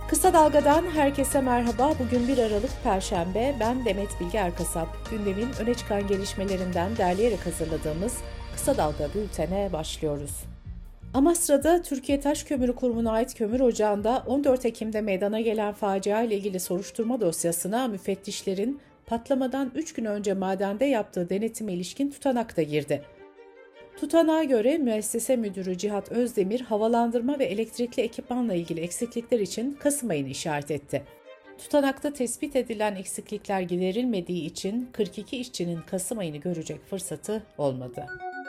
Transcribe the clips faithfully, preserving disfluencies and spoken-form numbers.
Kısa Dalga'dan herkese merhaba. Bugün bir Aralık Perşembe. Ben Demet Bilge Erkasap. Gündemin öne çıkan gelişmelerinden derleyerek hazırladığımız Kısa Dalga bültene başlıyoruz. Amasra'da Türkiye Taş Kömürü Kurumu'na ait kömür ocağında on dört Ekim'de meydana gelen facia ile ilgili soruşturma dosyasına müfettişlerin patlamadan üç gün önce madende yaptığı denetime ilişkin tutanak da girdi. Tutanağa göre müessese müdürü Cihat Özdemir, havalandırma ve elektrikli ekipmanla ilgili eksiklikler için Kasım ayını işaret etti. Tutanakta tespit edilen eksiklikler giderilmediği için kırk iki işçinin Kasım ayını görecek fırsatı olmadı.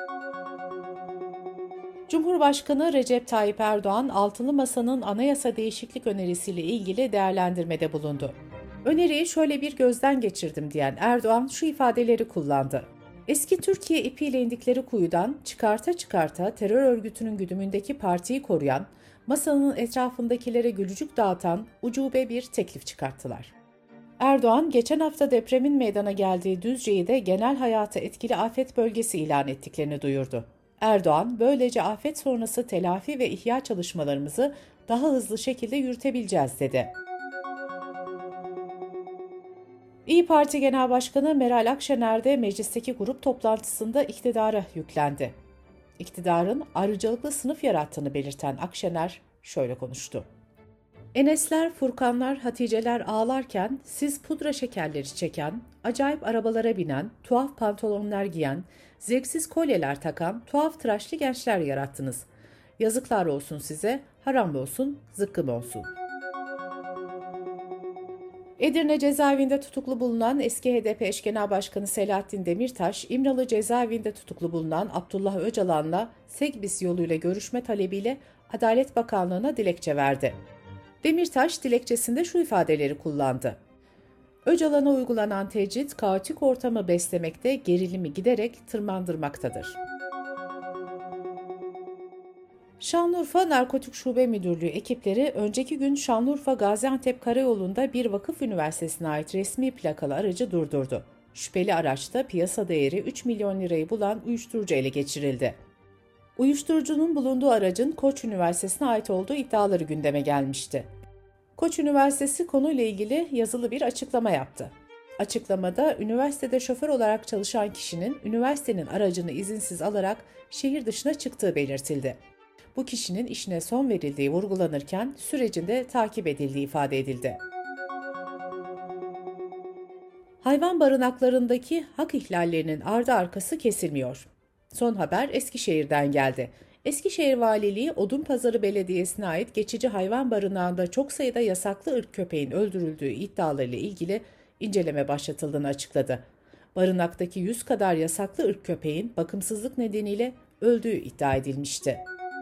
Cumhurbaşkanı Recep Tayyip Erdoğan, Altılı Masa'nın anayasa değişiklik önerisiyle ilgili değerlendirmede bulundu. Öneriyi şöyle bir gözden geçirdim diyen Erdoğan şu ifadeleri kullandı. Eski Türkiye ipiyle indikleri kuyudan çıkarta çıkarta terör örgütünün güdümündeki partiyi koruyan, masanın etrafındakilere gülücük dağıtan ucube bir teklif çıkarttılar. Erdoğan, geçen hafta depremin meydana geldiği Düzce'yi de genel hayatı etkili afet bölgesi ilan ettiklerini duyurdu. Erdoğan, böylece afet sonrası telafi ve ihya çalışmalarımızı daha hızlı şekilde yürütebileceğiz dedi. İYİ Parti Genel Başkanı Meral Akşener de meclisteki grup toplantısında iktidara yüklendi. İktidarın ayrıcalıklı sınıf yarattığını belirten Akşener şöyle konuştu. Enesler, Furkanlar, Haticeler ağlarken siz pudra şekerleri çeken, acayip arabalara binen, tuhaf pantolonlar giyen, zevksiz kolyeler takan, tuhaf tıraşlı gençler yarattınız. Yazıklar olsun size, haram olsun, zıkkım olsun. Edirne cezaevinde tutuklu bulunan eski H D P eş genel başkanı Selahattin Demirtaş, İmralı cezaevinde tutuklu bulunan Abdullah Öcalan'la Segbis yoluyla görüşme talebiyle Adalet Bakanlığı'na dilekçe verdi. Demirtaş dilekçesinde şu ifadeleri kullandı. Öcalan'a uygulanan tecrit, kaotik ortamı beslemekte, gerilimi giderek tırmandırmaktadır. Şanlıurfa Narkotik Şube Müdürlüğü ekipleri önceki gün Şanlıurfa Gaziantep Karayolu'nda bir vakıf üniversitesine ait resmi plakalı aracı durdurdu. Şüpheli araçta piyasa değeri üç milyon lirayı bulan uyuşturucu ele geçirildi. Uyuşturucunun bulunduğu aracın Koç Üniversitesi'ne ait olduğu iddiaları gündeme gelmişti. Koç Üniversitesi konuyla ilgili yazılı bir açıklama yaptı. Açıklamada üniversitede şoför olarak çalışan kişinin üniversitenin aracını izinsiz alarak şehir dışına çıktığı belirtildi. Bu kişinin işine son verildiği vurgulanırken sürecinde takip edildiği ifade edildi. Hayvan barınaklarındaki hak ihlallerinin ardı arkası kesilmiyor. Son haber Eskişehir'den geldi. Eskişehir Valiliği Odunpazarı Belediyesi'ne ait geçici hayvan barınağında çok sayıda yasaklı ırk köpeğin öldürüldüğü iddialarıyla ilgili inceleme başlatıldığını açıkladı. Barınaktaki yüz kadar yasaklı ırk köpeğin bakımsızlık nedeniyle öldüğü iddia edilmişti.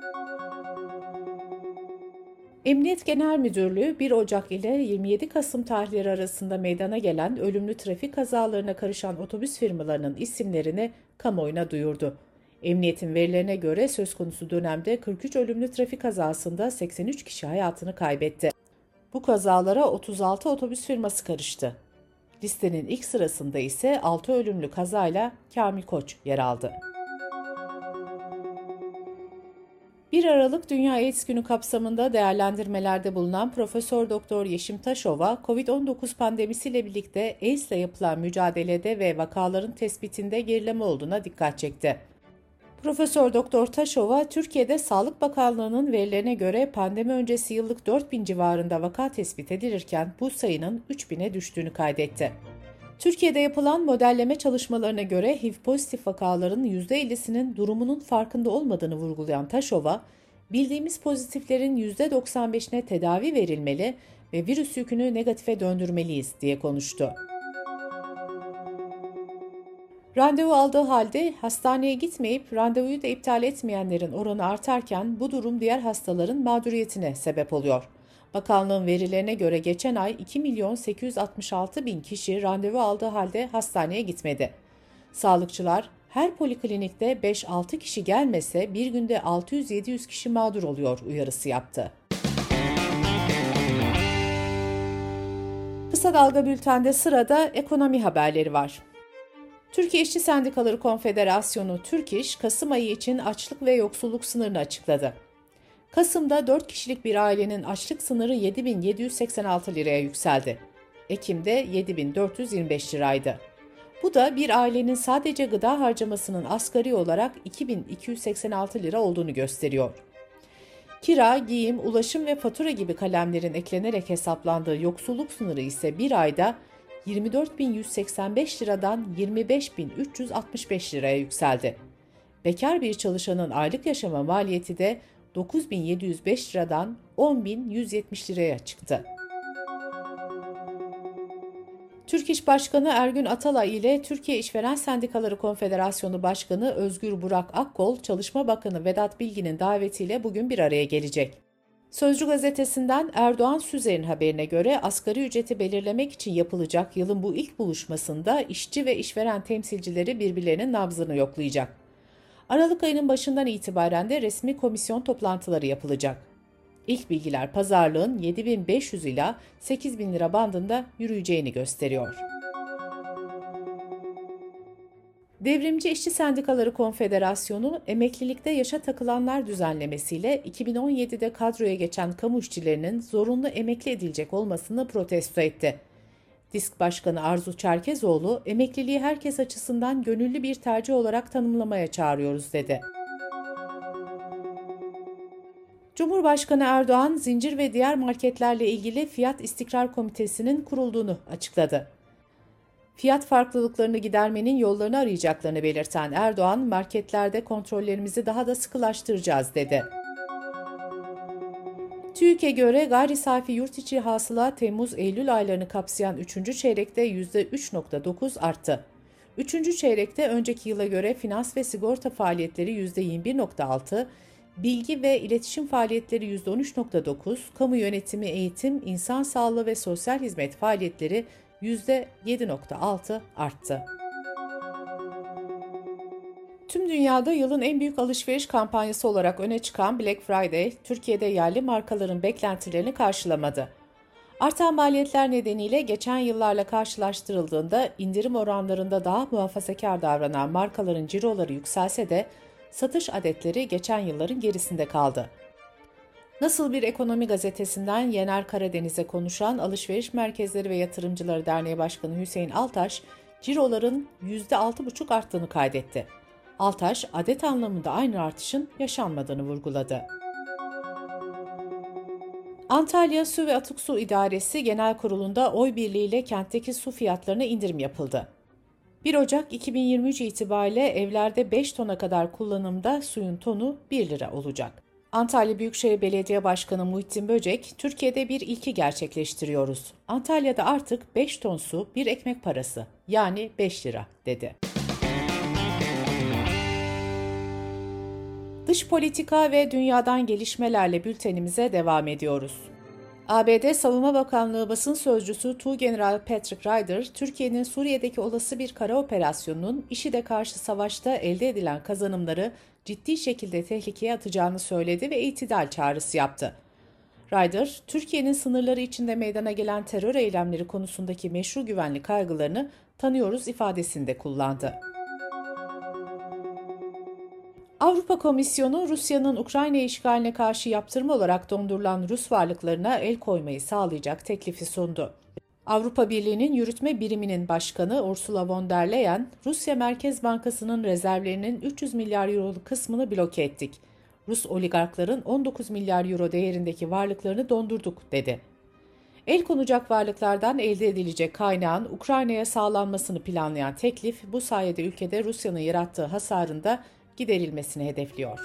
Emniyet Genel Müdürlüğü bir Ocak ile yirmi yedi Kasım tarihleri arasında meydana gelen ölümlü trafik kazalarına karışan otobüs firmalarının isimlerini kamuoyuna duyurdu. Emniyetin verilerine göre söz konusu dönemde kırk üç ölümlü trafik kazasında seksen üç kişi hayatını kaybetti. Bu kazalara otuz altı otobüs firması karıştı. Listenin ilk sırasında ise altı ölümlü kazayla Kamil Koç yer aldı. bir Aralık Dünya AIDS Günü kapsamında değerlendirmelerde bulunan Profesör Doktor Yeşim Taşova, kovid on dokuz pandemisiyle birlikte AIDS ile yapılan mücadelede ve vakaların tespitinde gerileme olduğuna dikkat çekti. Profesör Doktor Taşova, Türkiye'de Sağlık Bakanlığı'nın verilerine göre pandemi öncesi yıllık dört bin civarında vaka tespit edilirken bu sayının üç bine düştüğünü kaydetti. Türkiye'de yapılan modelleme çalışmalarına göre H I V pozitif vakaların yüzde ellisinin durumunun farkında olmadığını vurgulayan Taşova, bildiğimiz pozitiflerin yüzde doksan beşine tedavi verilmeli ve virüs yükünü negatife döndürmeliyiz diye konuştu. Randevu aldığı halde hastaneye gitmeyip randevuyu da iptal etmeyenlerin oranı artarken bu durum diğer hastaların mağduriyetine sebep oluyor. Bakanlığın verilerine göre geçen ay iki milyon sekiz yüz altmış altı bin kişi randevu aldığı halde hastaneye gitmedi. Sağlıkçılar her poliklinikte beş altı kişi gelmese bir günde altı yüz yedi yüz kişi mağdur oluyor uyarısı yaptı. Kısa Dalga Bülten'de sırada ekonomi haberleri var. Türkiye İşçi Sendikaları Konfederasyonu TÜRKİŞ, Kasım ayı için açlık ve yoksulluk sınırını açıkladı. Kasım'da dört kişilik bir ailenin açlık sınırı yedi bin yedi yüz seksen altı liraya yükseldi. Ekim'de yedi bin dört yüz yirmi beş liraydı. Bu da bir ailenin sadece gıda harcamasının asgari olarak iki bin iki yüz seksen altı lira olduğunu gösteriyor. Kira, giyim, ulaşım ve fatura gibi kalemlerin eklenerek hesaplandığı yoksulluk sınırı ise bir ayda yirmi dört bin yüz seksen beş liradan yirmi beş bin üç yüz altmış beş liraya yükseldi. Bekar bir çalışanın aylık yaşama maliyeti de dokuz bin yedi yüz beş liradan on bin yüz yetmiş liraya çıktı. Türk İş Başkanı Ergün Atalay ile Türkiye İşveren Sendikaları Konfederasyonu Başkanı Özgür Burak Akkol, Çalışma Bakanı Vedat Bilgin'in davetiyle bugün bir araya gelecek. Sözcü gazetesinden Erdoğan Süzer'in haberine göre asgari ücreti belirlemek için yapılacak yılın bu ilk buluşmasında işçi ve işveren temsilcileri birbirlerinin nabzını yoklayacak. Aralık ayının başından itibaren de resmi komisyon toplantıları yapılacak. İlk bilgiler pazarlığın yedi bin beş yüz ila sekiz bin lira bandında yürüyeceğini gösteriyor. Devrimci İşçi Sendikaları Konfederasyonu, emeklilikte yaşa takılanlar düzenlemesiyle iki bin on yedide kadroya geçen kamu işçilerinin zorunlu emekli edilecek olmasını protesto etti. DİSK Başkanı Arzu Çerkezoğlu, emekliliği herkes açısından gönüllü bir tercih olarak tanımlamaya çağırıyoruz dedi. Cumhurbaşkanı Erdoğan, zincir ve diğer marketlerle ilgili Fiyat İstikrar Komitesi'nin kurulduğunu açıkladı. Fiyat farklılıklarını gidermenin yollarını arayacaklarını belirten Erdoğan, marketlerde kontrollerimizi daha da sıkılaştıracağız dedi. TÜİK'e göre gayri safi yurt içi hasıla Temmuz-Eylül aylarını kapsayan üçüncü çeyrekte yüzde üç virgül dokuz arttı. üçüncü çeyrekte önceki yıla göre finans ve sigorta faaliyetleri yüzde yirmi bir virgül altı, bilgi ve iletişim faaliyetleri yüzde on üç virgül dokuz, kamu yönetimi, eğitim, insan sağlığı ve sosyal hizmet faaliyetleri yüzde yedi virgül altı arttı. Tüm dünyada yılın en büyük alışveriş kampanyası olarak öne çıkan Black Friday, Türkiye'de yerli markaların beklentilerini karşılamadı. Artan maliyetler nedeniyle geçen yıllarla karşılaştırıldığında indirim oranlarında daha muhafazakar davranan markaların ciroları yükselse de satış adetleri geçen yılların gerisinde kaldı. Nasıl Bir Ekonomi gazetesinden Yener Karadeniz'e konuşan Alışveriş Merkezleri ve Yatırımcıları Derneği Başkanı Hüseyin Altaş, ciroların yüzde altı virgül beş arttığını kaydetti. Altaş, adet anlamında aynı artışın yaşanmadığını vurguladı. Antalya Su ve Atık Su İdaresi Genel Kurulu'nda oy birliğiyle kentteki su fiyatlarına indirim yapıldı. bir Ocak iki bin yirmi üç itibariyle evlerde beş tona kadar kullanımda suyun tonu bir lira olacak. Antalya Büyükşehir Belediye Başkanı Muhittin Böcek, Türkiye'de bir ilki gerçekleştiriyoruz. Antalya'da artık beş ton su bir ekmek parası, yani beş lira, dedi. Dış politika ve dünyadan gelişmelerle bültenimize devam ediyoruz. A B D Savunma Bakanlığı basın sözcüsü Tuğgeneral Patrick Ryder, Türkiye'nin Suriye'deki olası bir kara operasyonunun IŞİD'e karşı savaşta elde edilen kazanımları ciddi şekilde tehlikeye atacağını söyledi ve itidal çağrısı yaptı. Ryder, Türkiye'nin sınırları içinde meydana gelen terör eylemleri konusundaki meşru güvenlik kaygılarını tanıyoruz ifadesini de kullandı. Avrupa Komisyonu, Rusya'nın Ukrayna işgaline karşı yaptırım olarak dondurulan Rus varlıklarına el koymayı sağlayacak teklifi sundu. Avrupa Birliği'nin yürütme biriminin başkanı Ursula von der Leyen, Rusya Merkez Bankası'nın rezervlerinin üç yüz milyar euroluk kısmını bloke ettik. Rus oligarkların on dokuz milyar euro değerindeki varlıklarını dondurduk, dedi. El konacak varlıklardan elde edilecek kaynağın Ukrayna'ya sağlanmasını planlayan teklif, bu sayede ülkede Rusya'nın yarattığı hasarın da giderilmesini hedefliyor.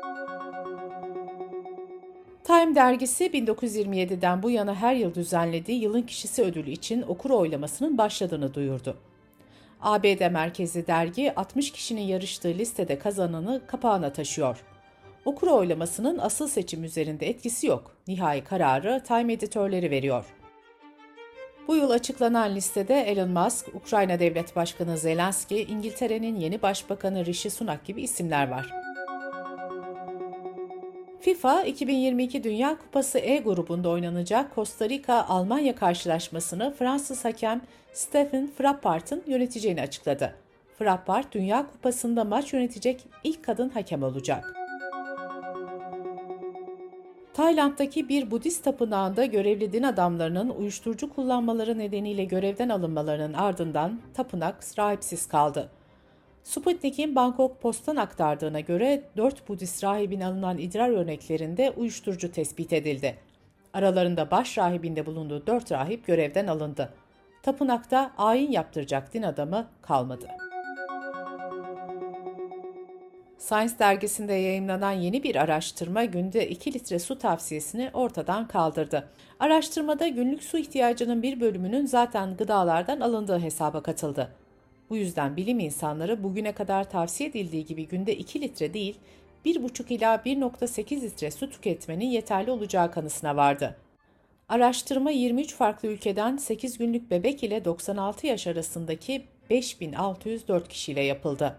Time dergisi bin dokuz yüz yirmi yediden bu yana her yıl düzenlediği Yılın Kişisi ödülü için okur oylamasının başladığını duyurdu. A B D merkezli dergi altmış kişinin yarıştığı listede kazananı kapağına taşıyor. Okur oylamasının asıl seçim üzerinde etkisi yok. Nihai kararı Time editörleri veriyor. Bu yıl açıklanan listede Elon Musk, Ukrayna Devlet Başkanı Zelenski, İngiltere'nin yeni Başbakanı Rishi Sunak gibi isimler var. FIFA, iki bin yirmi iki Dünya Kupası E grubunda oynanacak Costa Rica-Almanya karşılaşmasını Fransız hakem Stephen Frappart'ın yöneteceğini açıkladı. Frappart, Dünya Kupası'nda maç yönetecek ilk kadın hakem olacak. Tayland'daki bir Budist tapınağında görevli din adamlarının uyuşturucu kullanmaları nedeniyle görevden alınmalarının ardından tapınak rahipsiz kaldı. Sputnik'in Bangkok Post'tan aktardığına göre dört Budist rahibin alınan idrar örneklerinde uyuşturucu tespit edildi. Aralarında baş rahibinde bulunduğu dört rahip görevden alındı. Tapınakta ayin yaptıracak din adamı kalmadı. Science dergisinde yayımlanan yeni bir araştırma günde iki litre su tavsiyesini ortadan kaldırdı. Araştırmada günlük su ihtiyacının bir bölümünün zaten gıdalardan alındığı hesaba katıldı. Bu yüzden bilim insanları bugüne kadar tavsiye edildiği gibi günde iki litre değil, bir buçuk ila bir virgül sekiz litre su tüketmenin yeterli olacağı kanısına vardı. Araştırma yirmi üç farklı ülkeden sekiz günlük bebek ile doksan altı yaş arasındaki beş bin altı yüz dört kişiyle yapıldı.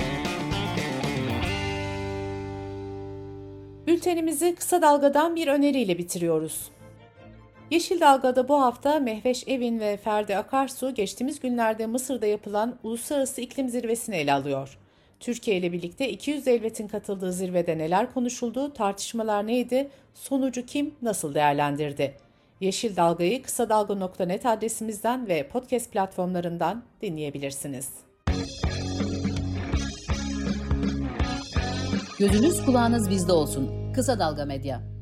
Bültenimizi kısa dalgadan bir öneriyle bitiriyoruz. Yeşil Dalga'da bu hafta Mehveş Evin ve Ferdi Akarsu geçtiğimiz günlerde Mısır'da yapılan Uluslararası İklim Zirvesi'ni ele alıyor. Türkiye ile birlikte iki yüz devletin katıldığı zirvede neler konuşuldu, tartışmalar neydi, sonucu kim nasıl değerlendirdi? Yeşil Dalga'yı kısa dalga nokta net adresimizden ve podcast platformlarından dinleyebilirsiniz. Gözünüz kulağınız bizde olsun. Kısa Dalga Medya.